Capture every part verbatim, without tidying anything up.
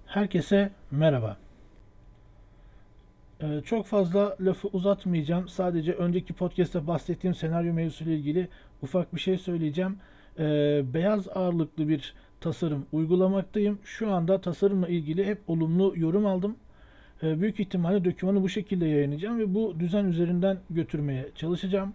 Herkese merhaba. Ee, çok fazla lafı uzatmayacağım. Sadece önceki podcast'te bahsettiğim senaryo mevzusuyla ilgili ufak bir şey söyleyeceğim. Ee, beyaz ağırlıklı bir tasarım uygulamaktayım. Şu anda tasarımla ilgili hep olumlu yorum aldım. Ee, büyük ihtimalle dokümanı bu şekilde yayınlayacağım ve bu düzen üzerinden götürmeye çalışacağım.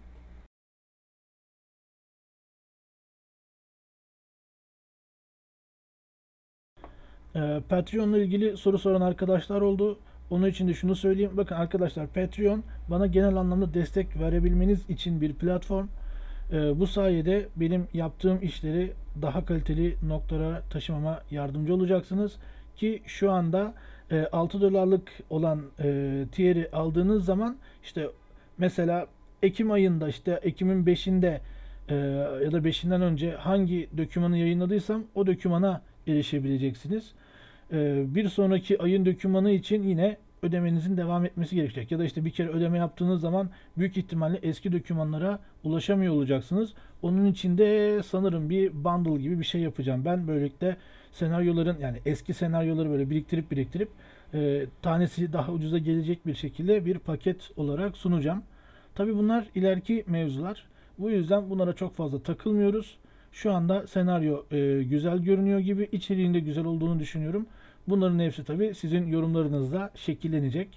Ee, Patreon'la ilgili soru soran arkadaşlar oldu. Onun için de şunu söyleyeyim. Bakın arkadaşlar, Patreon bana genel anlamda destek verebilmeniz için bir platform. Ee, bu sayede benim yaptığım işleri daha kaliteli noktalara taşımama yardımcı olacaksınız. Ki şu anda e, altı dolarlık olan e, tier'i aldığınız zaman işte mesela Ekim ayında, işte Ekim'in beşinde e, ya da beşinden önce hangi dokümanı yayınladıysam o dokümana erişebileceksiniz. Ee, bir sonraki ayın dokümanı için yine ödemenizin devam etmesi gerekecek. Ya da işte bir kere ödeme yaptığınız zaman büyük ihtimalle eski dokümanlara ulaşamıyor olacaksınız. Onun için de sanırım bir bundle gibi bir şey yapacağım. Ben böylelikle senaryoların, yani eski senaryoları böyle biriktirip biriktirip e, tanesi daha ucuza gelecek bir şekilde bir paket olarak sunacağım. Tabii bunlar ileriki mevzular. Bu yüzden bunlara çok fazla takılmıyoruz. Şu anda senaryo e, güzel görünüyor gibi, içeriğinde güzel olduğunu düşünüyorum. Bunların hepsi tabii sizin yorumlarınızla şekillenecek.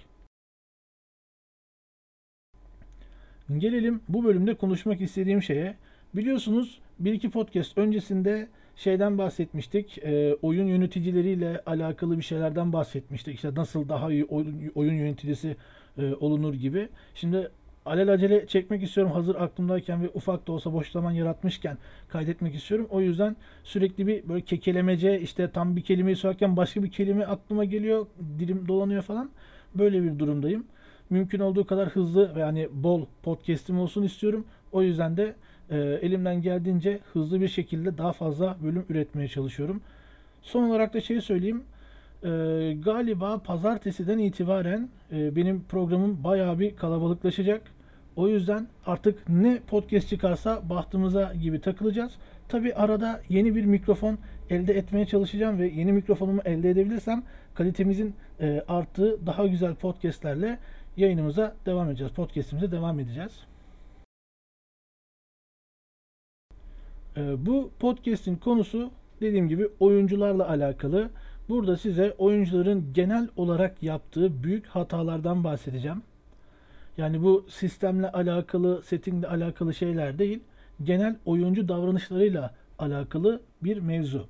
Gelelim bu bölümde konuşmak istediğim şeye. Biliyorsunuz bir iki podcast öncesinde şeyden bahsetmiştik. E, oyun yöneticileriyle alakalı bir şeylerden bahsetmiştik. İşte nasıl daha iyi oyun, oyun yöneticisi e, olunur gibi. Şimdi alelacele çekmek istiyorum, hazır aklımdayken ve ufak da olsa boş zaman yaratmışken kaydetmek istiyorum. O yüzden sürekli bir böyle kekelemece, işte tam bir kelimeyi söylerken başka bir kelime aklıma geliyor, dilim dolanıyor falan. Böyle bir durumdayım. Mümkün olduğu kadar hızlı ve yani bol podcast'im olsun istiyorum. O yüzden de e, elimden geldiğince hızlı bir şekilde daha fazla bölüm üretmeye çalışıyorum. Son olarak da şey söyleyeyim. E, Galiba pazartesiden itibaren e, benim programım bayağı bir kalabalıklaşacak. O yüzden artık ne podcast çıkarsa bahtımıza gibi takılacağız. Tabi arada yeni bir mikrofon elde etmeye çalışacağım ve yeni mikrofonumu elde edebilirsem kalitemizin e, arttığı daha güzel podcastlerle yayınımıza devam edeceğiz. Podcast'imize devam edeceğiz. Ee, bu podcast'in konusu dediğim gibi oyuncularla alakalı. Burada size oyuncuların genel olarak yaptığı büyük hatalardan bahsedeceğim. Yani bu sistemle alakalı, settingle alakalı şeyler değil, genel oyuncu davranışlarıyla alakalı bir mevzu.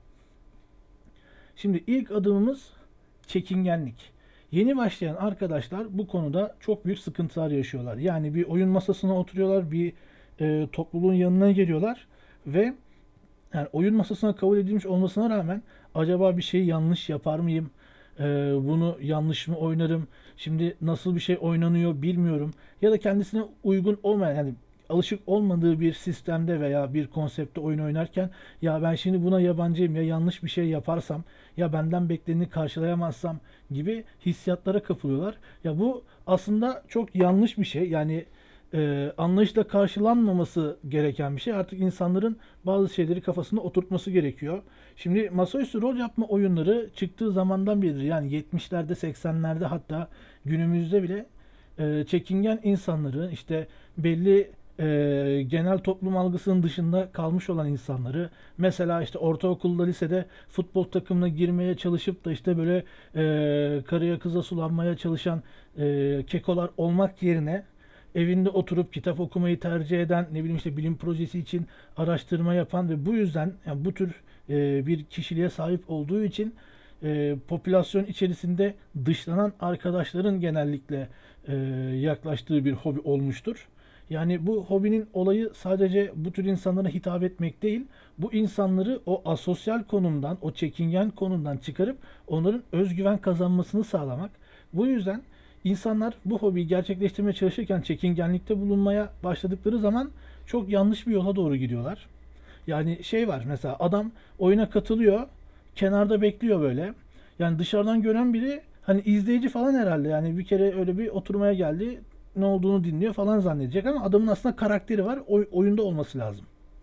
Şimdi ilk adımımız çekingenlik. Yeni başlayan arkadaşlar bu konuda çok büyük sıkıntılar yaşıyorlar. Yani bir oyun masasına oturuyorlar, bir e, topluluğun yanına geliyorlar ve yani oyun masasına kabul edilmiş olmasına rağmen acaba bir şeyi yanlış yapar mıyım? Ee, Bunu yanlış mı oynarım? Şimdi nasıl bir şey oynanıyor bilmiyorum. Ya da kendisine uygun olmayan, yani alışık olmadığı bir sistemde veya bir konsepte oyun oynarken ya ben şimdi buna yabancıyım, ya yanlış bir şey yaparsam, ya benden bekleneni karşılayamazsam gibi hissiyatlara kapılıyorlar. Ya bu aslında çok yanlış bir şey. Yani e, anlayışla karşılanmaması gereken bir şey. Artık insanların bazı şeyleri kafasında oturtması gerekiyor. Şimdi masaüstü rol yapma oyunları çıktığı zamandan beridir. Yani yetmişlerde, seksenlerde, hatta günümüzde bile e, çekingen insanları, işte belli e, genel toplum algısının dışında kalmış olan insanları, mesela işte ortaokulda, lisede futbol takımına girmeye çalışıp da işte böyle e, karıya kıza sulanmaya çalışan e, kekolar olmak yerine evinde oturup kitap okumayı tercih eden, ne bileyim işte bilim projesi için araştırma yapan ve bu yüzden yani bu tür e, bir kişiliğe sahip olduğu için e, popülasyon içerisinde dışlanan arkadaşların genellikle e, yaklaştığı bir hobi olmuştur. Yani bu hobinin olayı sadece bu tür insanlara hitap etmek değil, bu insanları o asosyal konumdan, o çekingen konumdan çıkarıp onların özgüven kazanmasını sağlamak. Bu yüzden İnsanlar bu hobiyi gerçekleştirmeye çalışırken çekingenlikte bulunmaya başladıkları zaman çok yanlış bir yola doğru gidiyorlar. Yani şey var, mesela adam oyuna katılıyor, kenarda bekliyor böyle. Yani dışarıdan gören biri hani izleyici falan herhalde, yani bir kere öyle bir oturmaya geldi, ne olduğunu dinliyor falan zannedecek ama adamın aslında karakteri var, oy- oyunda olması lazım.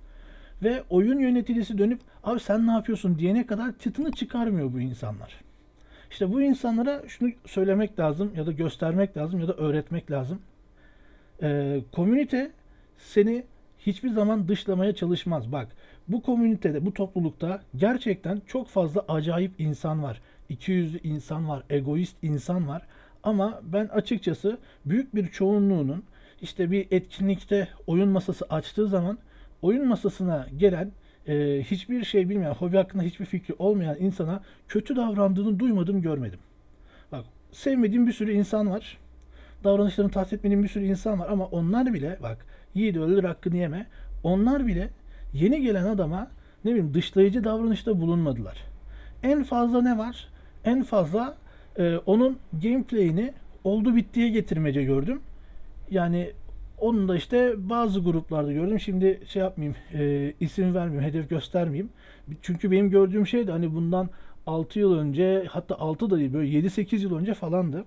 Ve oyun yöneticisi dönüp abi sen ne yapıyorsun diyene kadar çıtını çıkarmıyor bu insanlar. İşte bu insanlara şunu söylemek lazım ya da göstermek lazım ya da öğretmek lazım. Ee, komünite seni hiçbir zaman dışlamaya çalışmaz. Bak, bu komünitede, bu toplulukta gerçekten çok fazla acayip insan var. İkiyüzlü insan var, egoist insan var. Ama ben açıkçası büyük bir çoğunluğunun işte bir etkinlikte oyun masası açtığı zaman oyun masasına gelen e, hiçbir şey bilmeyen, hobi hakkında hiçbir fikri olmayan insana kötü davrandığını duymadım, görmedim. Bak, sevmediğim bir sürü insan var. Davranışlarını tahsis etmediğim bir sürü insan var ama onlar bile, bak, yiğit ölür hakkını yeme. Onlar bile yeni gelen adama ne bileyim dışlayıcı davranışta bulunmadılar. En fazla ne var? En fazla e, onun gameplay'ini oldu bittiye getirmece gördüm. Yani onu da işte bazı gruplarda gördüm. Şimdi şey yapmayayım, e, isim vermeyeyim, hedef göstermeyeyim. Çünkü benim gördüğüm şey de hani bundan altı yıl önce, hatta altı da değil, böyle yedi sekiz yıl önce falandı.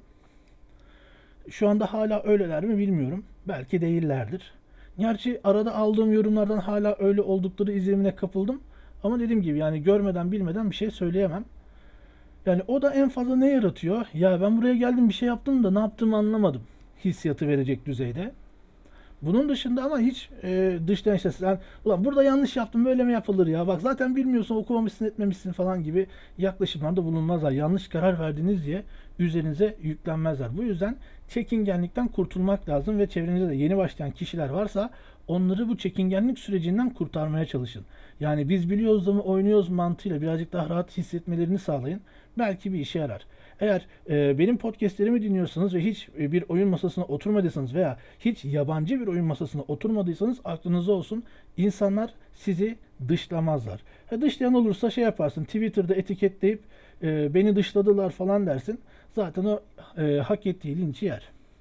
Şu anda hala öyleler mi bilmiyorum. Belki değillerdir. Gerçi arada aldığım yorumlardan hala öyle oldukları izlenimine kapıldım. Ama dediğim gibi yani görmeden bilmeden bir şey söyleyemem. Yani o da en fazla ne yaratıyor? Ya ben buraya geldim, bir şey yaptım da ne yaptığımı anlamadım hissiyatı verecek düzeyde. Bunun dışında ama hiç e, dıştan işte sen ulan burada yanlış yaptım, böyle mi yapılır ya, bak zaten bilmiyorsun, okumamışsın etmemişsin falan gibi yaklaşımlarda bulunmazlar. Yanlış karar verdiniz diye üzerinize yüklenmezler. Bu yüzden çekingenlikten kurtulmak lazım ve çevrenizde de yeni başlayan kişiler varsa onları bu çekingenlik sürecinden kurtarmaya çalışın. Yani biz biliyoruz da mı oynuyoruz mantığıyla birazcık daha rahat hissetmelerini sağlayın. Belki bir işe yarar. Eğer e, benim podcastlerimi dinliyorsanız ve hiç e, bir oyun masasına oturmadıysanız veya hiç yabancı bir oyun masasına oturmadıysanız aklınızda olsun, insanlar sizi dışlamazlar. E, dışlayan olursa şey yaparsın, Twitter'da etiketleyip e, beni dışladılar falan dersin. Zaten o e, hak ettiği linci yer.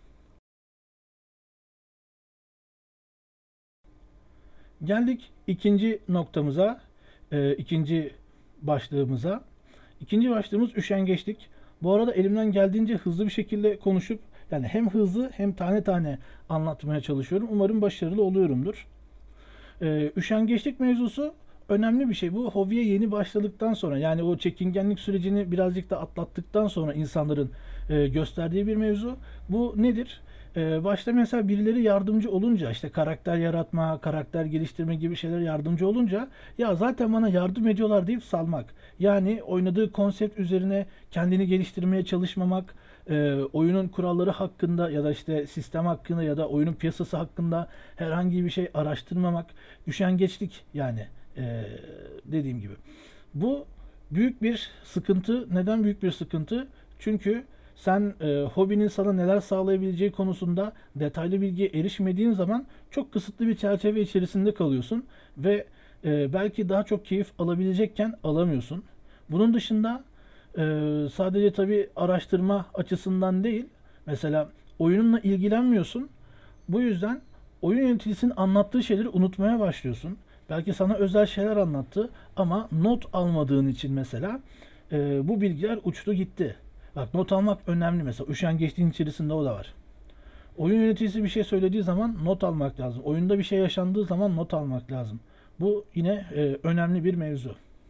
Geldik ikinci noktamıza, e, ikinci başlığımıza. İkinci başlığımız üşengeçlik. Bu arada elimden geldiğince hızlı bir şekilde konuşup yani hem hızlı hem tane tane anlatmaya çalışıyorum. Umarım başarılı oluyorumdur. Ee, üşengeçlik mevzusu önemli bir şey. Bu hobiye yeni başladıktan sonra, yani o çekingenlik sürecini birazcık da atlattıktan sonra insanların e, gösterdiği bir mevzu. Bu nedir? Ee, başta mesela birileri yardımcı olunca, işte karakter yaratma, karakter geliştirme gibi şeyler yardımcı olunca ya zaten bana yardım ediyorlar deyip salmak. Yani oynadığı konsept üzerine kendini geliştirmeye çalışmamak, e, oyunun kuralları hakkında ya da işte sistem hakkında ya da oyunun piyasası hakkında herhangi bir şey araştırmamak, üşengeçlik yani, e, dediğim gibi. Bu büyük bir sıkıntı. Neden büyük bir sıkıntı? Çünkü sen e, hobinin sana neler sağlayabileceği konusunda detaylı bilgiye erişmediğin zaman çok kısıtlı bir çerçeve içerisinde kalıyorsun ve e, belki daha çok keyif alabilecekken alamıyorsun. Bunun dışında e, sadece tabii araştırma açısından değil, mesela oyununla ilgilenmiyorsun. Bu yüzden oyun yöneticisinin anlattığı şeyleri unutmaya başlıyorsun. Belki sana özel şeyler anlattı ama not almadığın için mesela e, bu bilgiler uçtu gitti. Bak, not almak önemli mesela. Üşengeçliğin içerisinde o da var. Oyun yöneticisi bir şey söylediği zaman not almak lazım. Oyunda bir şey yaşandığı zaman not almak lazım. Bu yine e, önemli bir mevzu.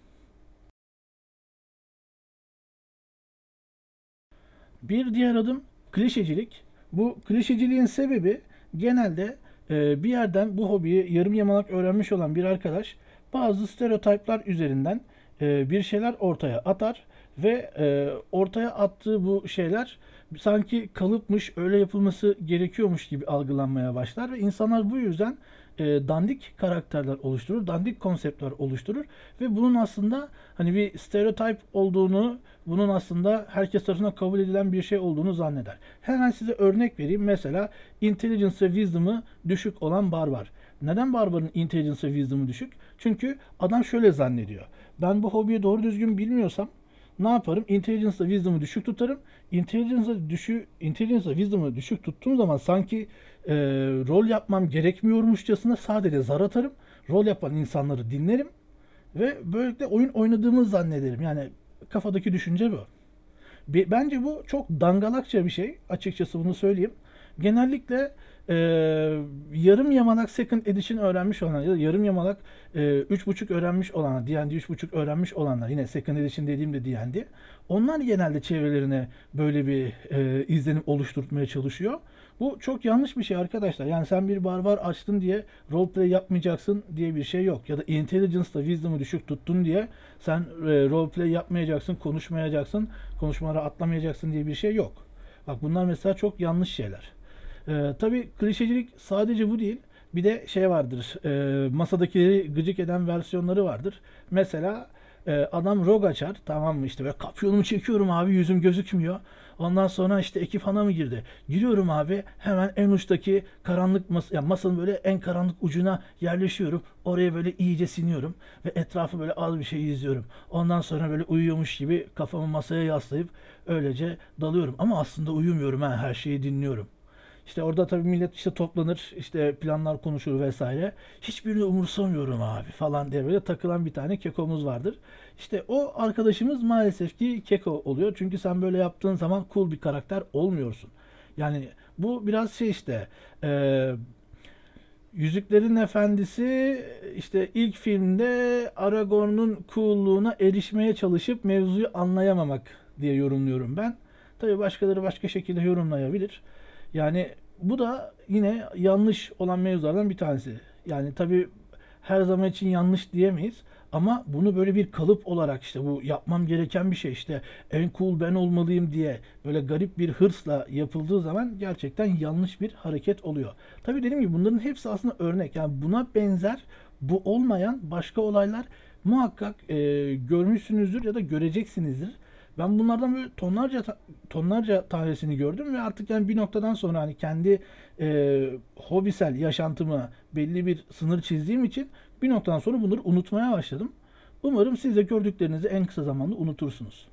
Bir diğer adım klişecilik. Bu klişeciliğin sebebi genelde e, bir yerden bu hobiyi yarım yamalak öğrenmiş olan bir arkadaş bazı stereotipler üzerinden e, bir şeyler ortaya atar ve e, ortaya attığı bu şeyler sanki kalıpmış, öyle yapılması gerekiyormuş gibi algılanmaya başlar ve insanlar bu yüzden e, dandik karakterler oluşturur, dandik konseptler oluşturur ve bunun aslında hani bir stereotip olduğunu, bunun aslında herkes tarafından kabul edilen bir şey olduğunu zanneder. Hemen size örnek vereyim. Mesela intelligence ve wisdom'ı düşük olan barbar. Neden barbarın intelligence ve wisdom'ı düşük? Çünkü adam şöyle zannediyor. Ben bu hobiyi doğru düzgün bilmiyorsam ne yaparım? Intelligence ile wisdom'ı düşük tutarım. Intelligence'ı düşük, intelligence ile wisdom'ı düşük tuttuğum zaman sanki e, rol yapmam gerekmiyormuşçasına sadece zar atarım. Rol yapan insanları dinlerim ve böylelikle oyun oynadığımı zannederim. Yani kafadaki düşünce bu. Bence bu çok dangalakça bir şey. Açıkçası bunu söyleyeyim. genellikle e, yarım yamalak second edition öğrenmiş olanlar ya da yarım yamalak e, üç buçuk öğrenmiş olanlar, D and D üç buçuk öğrenmiş olanlar, yine second edition dediğimde D and D, onlar genelde çevrelerine böyle bir e, izlenim oluşturmaya çalışıyor. Bu çok yanlış bir şey arkadaşlar. Yani sen bir barbar açtın diye roleplay yapmayacaksın diye bir şey yok. Ya da intelligence'da wisdom'ı düşük tuttun diye sen e, roleplay yapmayacaksın, konuşmayacaksın, konuşmalara atlamayacaksın diye bir şey yok. Bak bunlar mesela çok yanlış şeyler. Ee, tabii klişecilik sadece bu değil. Bir de şey vardır. E, masadakileri gıcık eden versiyonları vardır. Mesela e, adam rog açar. Tamam mı, işte böyle kapyonumu çekiyorum abi, yüzüm gözükmüyor. Ondan sonra işte ekip hana mı girdi? Giriyorum abi, hemen en uçtaki karanlık masa, yani masanın böyle en karanlık ucuna yerleşiyorum. Oraya böyle iyice siniyorum ve etrafı böyle az bir şey izliyorum. Ondan sonra böyle uyuyormuş gibi kafamı masaya yaslayıp öylece dalıyorum. Ama aslında uyumuyorum, ha, her şeyi dinliyorum. İşte orada tabii millet işte toplanır, işte planlar konuşur vesaire. Hiçbirini umursamıyorum abi falan diye böyle takılan bir tane kekomuz vardır. İşte o arkadaşımız maalesef ki keko oluyor. Çünkü sen böyle yaptığın zaman cool bir karakter olmuyorsun. Yani bu biraz şey işte, e, Yüzüklerin Efendisi işte ilk filmde Aragorn'un coolluğuna erişmeye çalışıp mevzuyu anlayamamak diye yorumluyorum ben. Tabii başkaları başka şekilde yorumlayabilir. Yani bu da yine yanlış olan mevzulardan bir tanesi. Yani tabii her zaman için yanlış diyemeyiz. Ama bunu böyle bir kalıp olarak, işte bu yapmam gereken bir şey, işte en cool ben olmalıyım diye böyle garip bir hırsla yapıldığı zaman gerçekten yanlış bir hareket oluyor. Tabii dediğim gibi bunların hepsi aslında örnek. Yani buna benzer, bu olmayan başka olaylar muhakkak e, görmüşsünüzdür ya da göreceksinizdir. Ben bunlardan böyle tonlarca ta- tonlarca tanesini gördüm ve artık yani bir noktadan sonra hani kendi e, hobisel yaşantıma belli bir sınır çizdiğim için bir noktadan sonra bunları unutmaya başladım. Umarım siz de gördüklerinizi en kısa zamanda unutursunuz.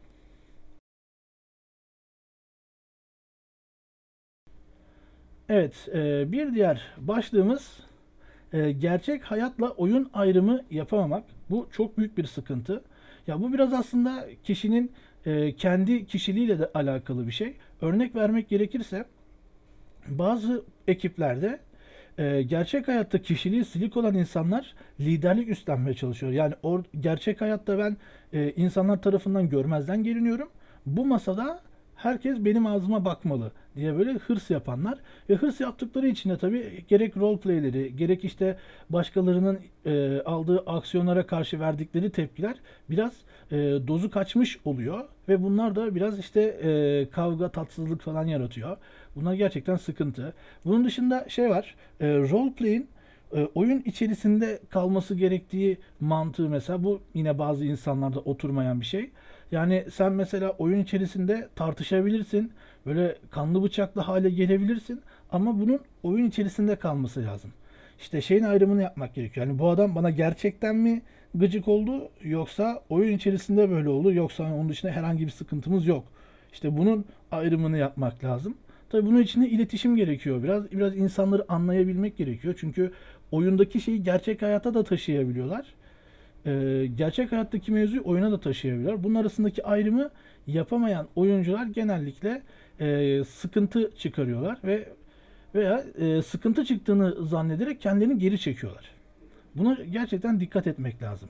Evet, e, bir diğer başlığımız e, gerçek hayatla oyun ayrımı yapamamak. Bu çok büyük bir sıkıntı. Ya bu biraz aslında kişinin e, kendi kişiliğiyle de alakalı bir şey. Örnek vermek gerekirse bazı ekiplerde e, gerçek hayatta kişiliği silik olan insanlar liderlik üstlenmeye çalışıyor. Yani or, gerçek hayatta ben e, insanlar tarafından görmezden geliniyorum. Bu masada herkes benim ağzıma bakmalı diye böyle hırs yapanlar ve hırs yaptıkları için de tabii gerek role play'leri, gerek işte başkalarının e, aldığı aksiyonlara karşı verdikleri tepkiler biraz e, dozu kaçmış oluyor ve bunlar da biraz işte e, kavga, tatsızlık falan yaratıyor. Bunlar gerçekten sıkıntı. Bunun dışında şey var. E, role play'in e, oyun içerisinde kalması gerektiği mantığı, mesela bu yine bazı insanlarda oturmayan bir şey. Yani sen mesela oyun içerisinde tartışabilirsin. Böyle kanlı bıçaklı hale gelebilirsin. Ama bunun oyun içerisinde kalması lazım. İşte şeyin ayrımını yapmak gerekiyor. Yani bu adam bana gerçekten mi gıcık oldu, yoksa oyun içerisinde böyle oldu, yoksa onun dışında herhangi bir sıkıntımız yok. İşte bunun ayrımını yapmak lazım. Tabii bunun için de iletişim gerekiyor. Biraz biraz insanları anlayabilmek gerekiyor. Çünkü oyundaki şeyi gerçek hayata da taşıyabiliyorlar. Ee, gerçek hayattaki mevzuyu oyuna da taşıyabiliyorlar. Bunun arasındaki ayrımı yapamayan oyuncular genellikle e, sıkıntı çıkarıyorlar ve veya e, sıkıntı çıktığını zannederek kendilerini geri çekiyorlar. Buna gerçekten dikkat etmek lazım.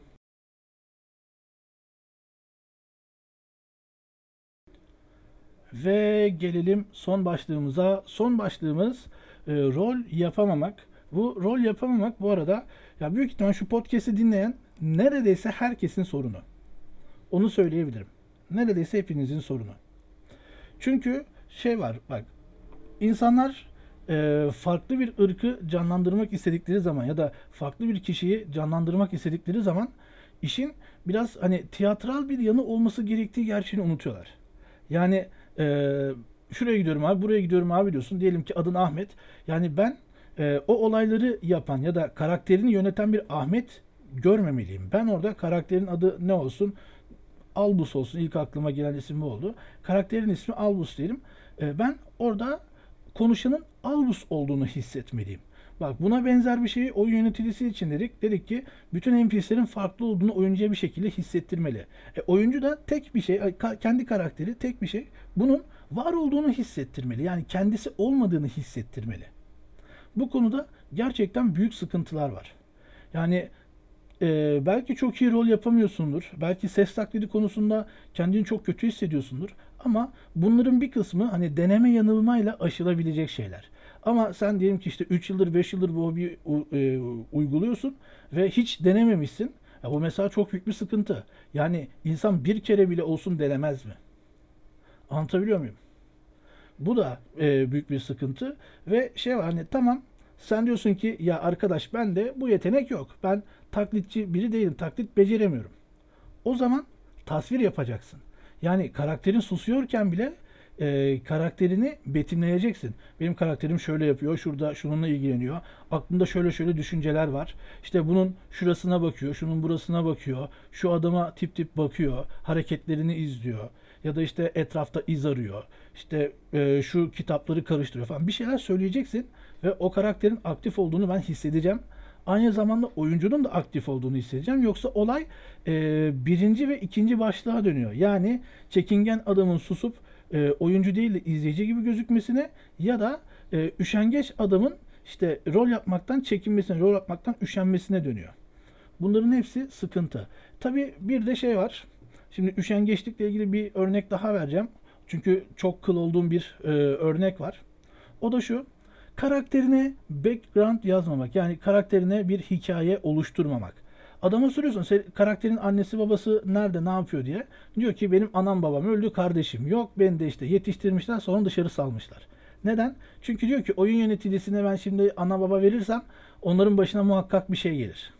Ve gelelim son başlığımıza. Son başlığımız e, rol yapamamak. Bu rol yapamamak bu arada, ya büyük ihtimal şu podcast'i dinleyen neredeyse herkesin sorunu. Onu söyleyebilirim. Neredeyse hepinizin sorunu. Çünkü şey var bak, insanlar e, farklı bir ırkı canlandırmak istedikleri zaman ya da farklı bir kişiyi canlandırmak istedikleri zaman işin biraz hani tiyatral bir yanı olması gerektiği gerçeğini unutuyorlar. Yani e, şuraya gidiyorum abi, buraya gidiyorum abi diyorsun. Diyelim ki adın Ahmet. Yani ben e, o olayları yapan ya da karakterini yöneten bir Ahmet görmemeliyim. Ben orada karakterin adı ne olsun? Albus olsun. İlk aklıma gelen isim bu oldu. Karakterin ismi Albus diyelim. E, ben orada konuşanın Albus olduğunu hissetmeliyim. Bak buna benzer bir şeyi oyun yöneticisi için dedik. Dedik ki bütün N P C'lerin farklı olduğunu oyuncuya bir şekilde hissettirmeli. E, oyuncu da tek bir şey, ka- kendi karakteri tek bir şey. Bunun var olduğunu hissettirmeli. Yani kendisi olmadığını hissettirmeli. Bu konuda gerçekten büyük sıkıntılar var. Yani e, belki çok iyi rol yapamıyorsundur. Belki ses taklidi konusunda kendini çok kötü hissediyorsundur. Ama bunların bir kısmı hani deneme yanılmayla aşılabilecek şeyler. Ama sen diyelim ki işte üç yıldır beş yıldır bu hobiyi e, uyguluyorsun ve hiç denememişsin. Ya bu mesela çok büyük bir sıkıntı. Yani insan bir kere bile olsun denemez mi? Anlatabiliyor muyum? Bu da e, büyük bir sıkıntı ve şey var hani tamam sen diyorsun ki ya arkadaş bende bu yetenek yok. Ben taklitçi biri değilim. Taklit beceremiyorum. O zaman tasvir yapacaksın. Yani karakterin susuyorken bile e, karakterini betimleyeceksin. Benim karakterim şöyle yapıyor, şurada şununla ilgileniyor. Aklında şöyle şöyle düşünceler var. İşte bunun şurasına bakıyor, şunun burasına bakıyor. Şu adama tip tip bakıyor, hareketlerini izliyor. Ya da işte etrafta iz arıyor. İşte e, şu kitapları karıştırıyor falan. Bir şeyler söyleyeceksin ve o karakterin aktif olduğunu ben hissedeceğim. Aynı zamanda oyuncunun da aktif olduğunu hissedeceğim. Yoksa olay e, birinci ve ikinci başlığa dönüyor. Yani çekingen adamın susup e, oyuncu değil de izleyici gibi gözükmesine ya da e, üşengeç adamın işte rol yapmaktan çekinmesine, rol yapmaktan üşenmesine dönüyor. Bunların hepsi sıkıntı. Tabii bir de şey var. Şimdi üşengeçlikle ilgili bir örnek daha vereceğim. Çünkü çok kıl olduğum bir e, örnek var. O da şu. Karakterine background yazmamak. Yani karakterine bir hikaye oluşturmamak. Adama soruyorsun sen, karakterin annesi babası nerede ne yapıyor diye. Diyor ki benim anam babam öldü kardeşim yok. Beni de işte yetiştirmişler sonra dışarı salmışlar. Neden? Çünkü diyor ki oyun yöneticisine ben şimdi ana baba verirsem onların başına muhakkak bir şey gelir.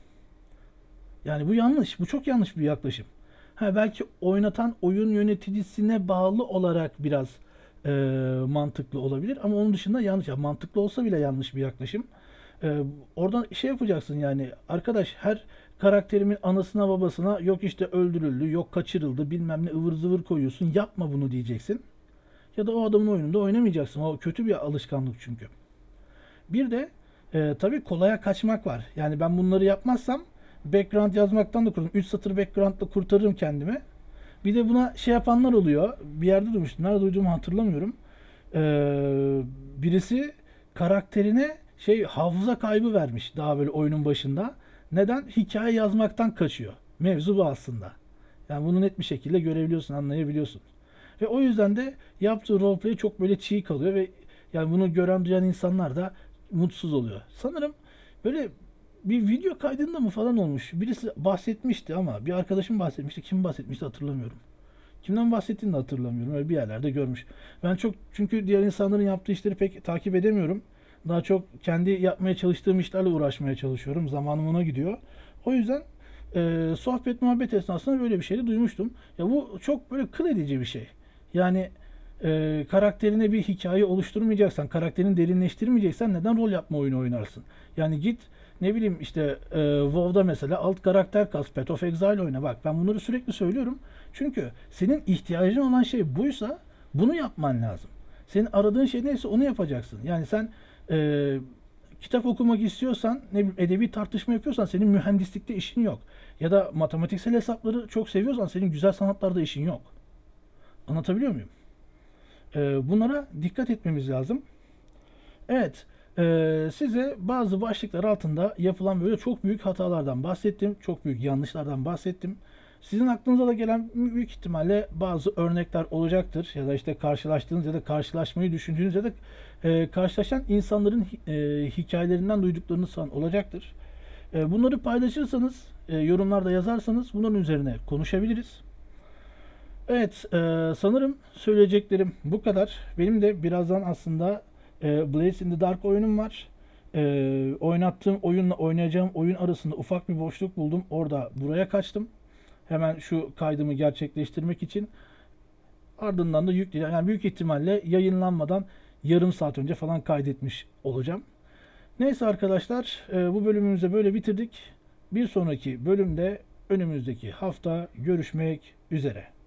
Yani bu yanlış. Bu çok yanlış bir yaklaşım. Ha, belki oynatan oyun yöneticisine bağlı olarak biraz e, mantıklı olabilir ama onun dışında yanlış. Ya, mantıklı olsa bile yanlış bir yaklaşım. E, oradan şey yapacaksın yani arkadaş her karakterimin anasına babasına yok işte öldürüldü, yok kaçırıldı bilmem ne ıvır zıvır koyuyorsun yapma bunu diyeceksin. Ya da o adamın oyununda oynamayacaksın. O kötü bir alışkanlık çünkü. Bir de e, tabii kolaya kaçmak var. Yani ben bunları yapmazsam background yazmaktan da kurtulurum. üç satır backgroundla kurtarırım kendimi. Bir de buna şey yapanlar oluyor. Bir yerde duymuştum. Nerede duyduğumu hatırlamıyorum. Ee, birisi karakterine şey hafıza kaybı vermiş daha böyle oyunun başında. Neden? Hikaye yazmaktan kaçıyor. Mevzu bu aslında. Yani bunu net bir şekilde görebiliyorsun, anlayabiliyorsun. Ve o yüzden de yaptığı roleplay çok böyle çiğ kalıyor ve yani bunu gören duyan insanlar da mutsuz oluyor. Sanırım böyle bir video kaydında mı falan olmuş. Birisi bahsetmişti ama bir arkadaşım bahsetmişti. Kim bahsetmişti hatırlamıyorum. Kimden bahsettiğini de hatırlamıyorum. Öyle bir yerlerde görmüş. Ben çok çünkü diğer insanların yaptığı işleri pek takip edemiyorum. Daha çok kendi yapmaya çalıştığım işlerle uğraşmaya çalışıyorum. Zamanım ona gidiyor. O yüzden e, sohbet muhabbet esnasında böyle bir şey de duymuştum. Ya bu çok böyle kıl edici bir şey. Yani e, karakterine bir hikaye oluşturmayacaksan, karakterini derinleştirmeyeceksen neden rol yapma oyunu oynarsın? Yani git ne bileyim işte e, WoW'da mesela alt karakter kas, Path of Exile oyna. Bak ben bunları sürekli söylüyorum. Çünkü senin ihtiyacın olan şey buysa bunu yapman lazım. Senin aradığın şey neyse onu yapacaksın. Yani sen e, kitap okumak istiyorsan, ne bileyim edebi tartışma yapıyorsan senin mühendislikte işin yok. Ya da matematiksel hesapları çok seviyorsan senin güzel sanatlarda işin yok. Anlatabiliyor muyum? E, bunlara dikkat etmemiz lazım. Evet, e, size bazı başlıklar altında yapılan böyle çok büyük hatalardan bahsettim. Çok büyük yanlışlardan bahsettim. Sizin aklınıza da gelen büyük ihtimalle bazı örnekler olacaktır. Ya da işte karşılaştığınız ya da karşılaşmayı düşündüğünüz ya da e, karşılaşan insanların e, hikayelerinden duyduklarınız falan olacaktır. E, bunları paylaşırsanız, e, yorumlarda yazarsanız bunların üzerine konuşabiliriz. Evet, e, sanırım söyleyeceklerim bu kadar. Benim de birazdan aslında e, Blades in the Dark oyunum var. E, oynattığım oyunla oynayacağım oyun arasında ufak bir boşluk buldum. Orada buraya kaçtım. Hemen şu kaydımı gerçekleştirmek için. Ardından da yükle, yani büyük ihtimalle yayınlanmadan yarım saat önce falan kaydetmiş olacağım. Neyse arkadaşlar, e, bu bölümümüzde böyle bitirdik. Bir sonraki bölümde önümüzdeki hafta görüşmek üzere.